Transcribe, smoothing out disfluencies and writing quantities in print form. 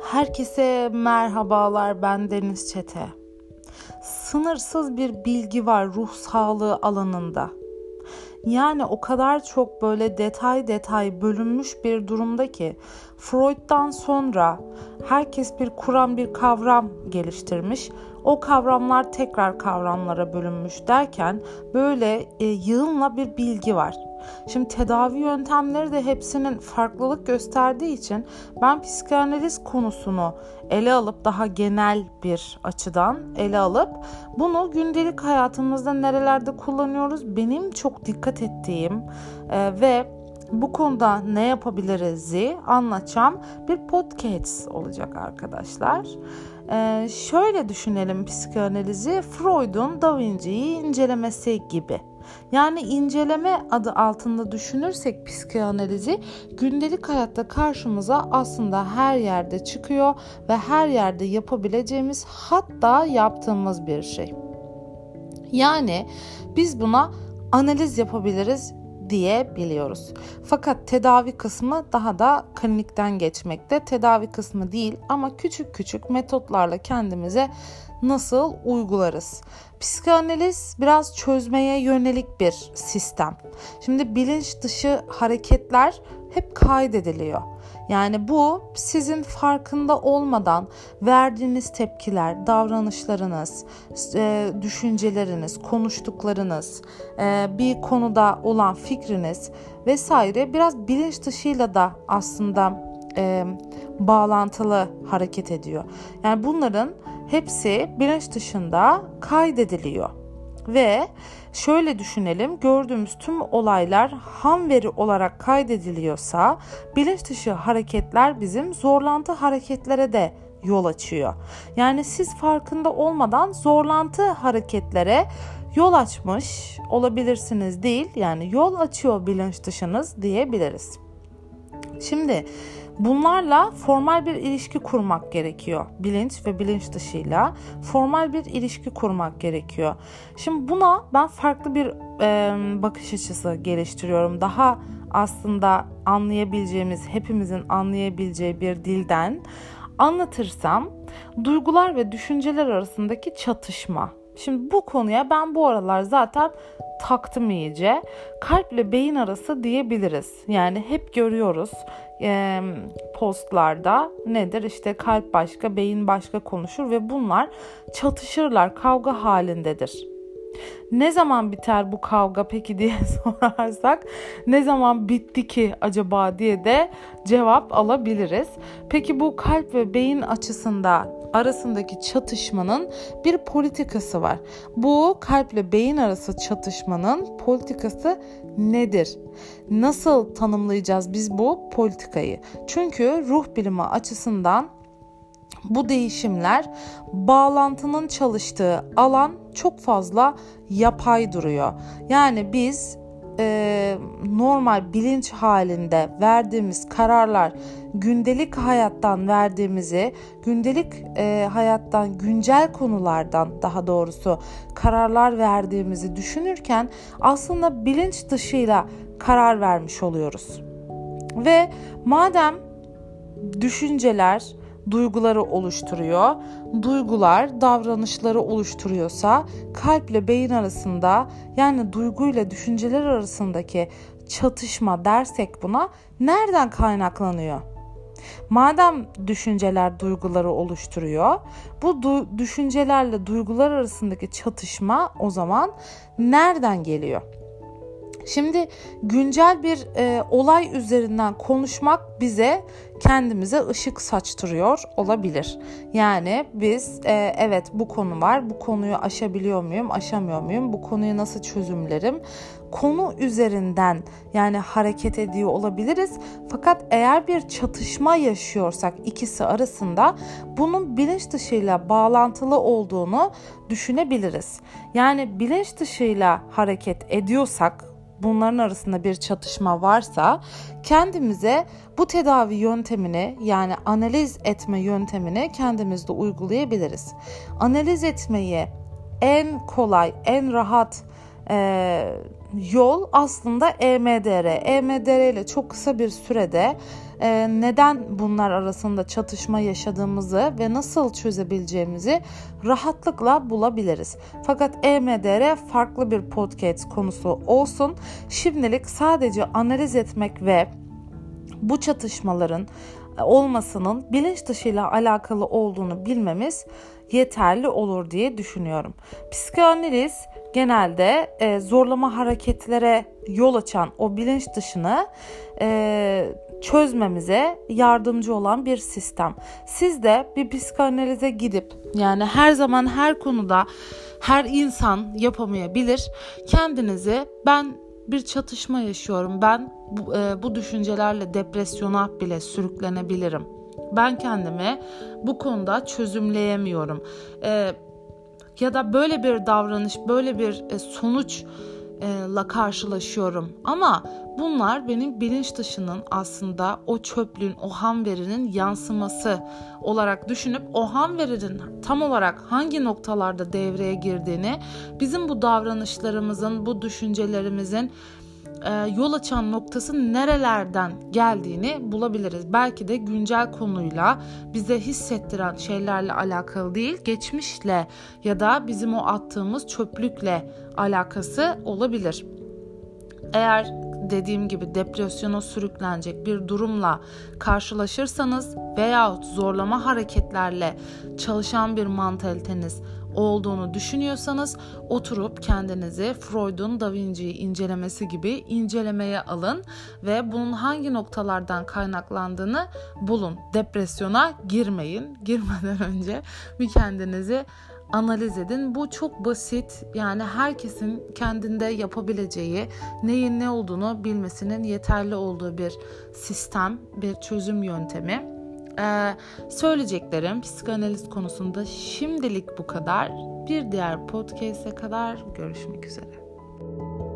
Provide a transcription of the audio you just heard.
Herkese merhabalar, ben Deniz Çete. Sınırsız bir bilgi var ruh sağlığı alanında. Yani o kadar çok böyle detay bölünmüş bir durumda ki Freud'dan sonra herkes bir kavram geliştirmiş. O kavramlar tekrar kavramlara bölünmüş derken böyle yığınla bir bilgi var. Şimdi tedavi yöntemleri de hepsinin farklılık gösterdiği için ben psikanaliz konusunu ele alıp daha genel bir açıdan ele alıp bunu gündelik hayatımızda nerelerde kullanıyoruz, benim çok dikkat ettiğim ve bu konuda ne yapabiliriz'i anlatacağım bir podcast olacak arkadaşlar. Şöyle düşünelim psikanalizi, Freud'un Da Vinci'yi incelemesi gibi. Yani inceleme adı altında düşünürsek psikanalizi, gündelik hayatta karşımıza aslında her yerde çıkıyor ve her yerde yapabileceğimiz, hatta yaptığımız bir şey. Yani biz buna analiz yapabiliriz diyebiliyoruz. Fakat tedavi kısmı daha da klinikten geçmekte. Tedavi kısmı değil ama küçük metotlarla kendimize nasıl uygularız? Psikanaliz biraz çözmeye yönelik bir sistem. Şimdi bilinç dışı hareketler hep kaydediliyor. Yani bu sizin farkında olmadan verdiğiniz tepkiler, davranışlarınız, düşünceleriniz, konuştuklarınız, bir konuda olan fikriniz vesaire biraz bilinç dışıyla da aslında bağlantılı hareket ediyor. Yani bunların hepsi bilinç dışında kaydediliyor. Ve şöyle düşünelim, gördüğümüz tüm olaylar ham veri olarak kaydediliyorsa bilinç dışı hareketler bizim zorlantı hareketlere de yol açıyor. Yani siz farkında olmadan zorlantı hareketlere yol açmış olabilirsiniz değil, yani yol açıyor bilinç dışınız diyebiliriz. Şimdi bunlarla formal bir ilişki kurmak gerekiyor. Bilinç ve bilinç dışıyla formal bir ilişki kurmak gerekiyor. Şimdi buna ben farklı bir bakış açısı geliştiriyorum. Daha aslında anlayabileceğimiz, hepimizin anlayabileceği bir dilden anlatırsam, duygular ve düşünceler arasındaki çatışma. Şimdi bu konuya ben bu aralar zaten taktım iyice. Kalple beyin arası diyebiliriz. Yani hep görüyoruz postlarda nedir, işte kalp başka, beyin başka konuşur ve bunlar çatışırlar, kavga halindedir. Ne zaman biter bu kavga peki diye sorarsak, ne zaman bitti ki acaba diye de cevap alabiliriz. Peki bu kalp ve beyin arasındaki çatışmanın bir politikası var. Bu kalple beyin arası çatışmanın politikası nedir? Nasıl tanımlayacağız biz bu politikayı? Çünkü ruh bilimi açısından bu değişimler, bağlantının çalıştığı alan çok fazla yapay duruyor. Yani biz normal bilinç halinde verdiğimiz kararlar, gündelik hayattan verdiğimizi, gündelik hayattan, güncel konulardan daha doğrusu kararlar verdiğimizi düşünürken aslında bilinç dışıyla karar vermiş oluyoruz. Ve madem düşünceler duyguları oluşturuyor, duygular davranışları oluşturuyorsa kalple beyin arasında, yani duyguyla düşünceler arasındaki çatışma dersek buna, nereden kaynaklanıyor? Madem düşünceler duyguları oluşturuyor, bu düşüncelerle duygular arasındaki çatışma o zaman nereden geliyor? Şimdi güncel bir olay üzerinden konuşmak bize, kendimize ışık saçtırıyor olabilir. Yani biz evet bu konu var, bu konuyu aşabiliyor muyum, aşamıyor muyum, bu konuyu nasıl çözümlerim? Konu üzerinden yani hareket ediyor olabiliriz. Fakat eğer bir çatışma yaşıyorsak ikisi arasında, bunun bilinç dışıyla bağlantılı olduğunu düşünebiliriz. Yani bilinç dışıyla hareket ediyorsak, bunların arasında bir çatışma varsa kendimize bu tedavi yöntemini, yani analiz etme yöntemini kendimizde uygulayabiliriz. Analiz etmeyi en kolay, en rahat yol aslında EMDR. EMDR ile çok kısa bir sürede neden bunlar arasında çatışma yaşadığımızı ve nasıl çözebileceğimizi rahatlıkla bulabiliriz. Fakat EMDR farklı bir podcast konusu olsun. Şimdilik sadece analiz etmek ve bu çatışmaların olmasının bilinç dışıyla alakalı olduğunu bilmemiz yeterli olur diye düşünüyorum. Psikanaliz genelde zorlama hareketlere yol açan o bilinç dışını çözmemize yardımcı olan bir sistem. Siz de bir psikanalize gidip, yani her zaman her konuda her insan yapamayabilir, kendinizi ben bir çatışma yaşıyorum, ben bu düşüncelerle depresyona bile sürüklenebilirim, ben kendimi bu konuda çözümleyemiyorum ya da böyle bir davranış, böyle bir sonuçla karşılaşıyorum. Ama bunlar benim bilinç dışının aslında o çöplüğün, o ham verinin yansıması olarak düşünüp o ham verinin tam olarak hangi noktalarda devreye girdiğini, bizim bu davranışlarımızın, bu düşüncelerimizin yol açan noktası nerelerden geldiğini bulabiliriz. Belki de güncel konuyla, bize hissettiren şeylerle alakalı değil, geçmişle ya da bizim o attığımız çöplükle alakası olabilir. Eğer dediğim gibi depresyona sürüklenecek bir durumla karşılaşırsanız veyahut zorlama hareketlerle çalışan bir mantaliteniz olduğunu düşünüyorsanız, oturup kendinizi Freud'un Da Vinci'yi incelemesi gibi incelemeye alın ve bunun hangi noktalardan kaynaklandığını bulun. Depresyona girmeyin. Girmeden önce bir kendinizi analiz edin. Bu çok basit, yani herkesin kendinde yapabileceği, neyin ne olduğunu bilmesinin yeterli olduğu bir sistem, bir çözüm yöntemi. Söyleyeceklerim psikanaliz konusunda şimdilik bu kadar. Bir diğer podcast'e kadar görüşmek üzere.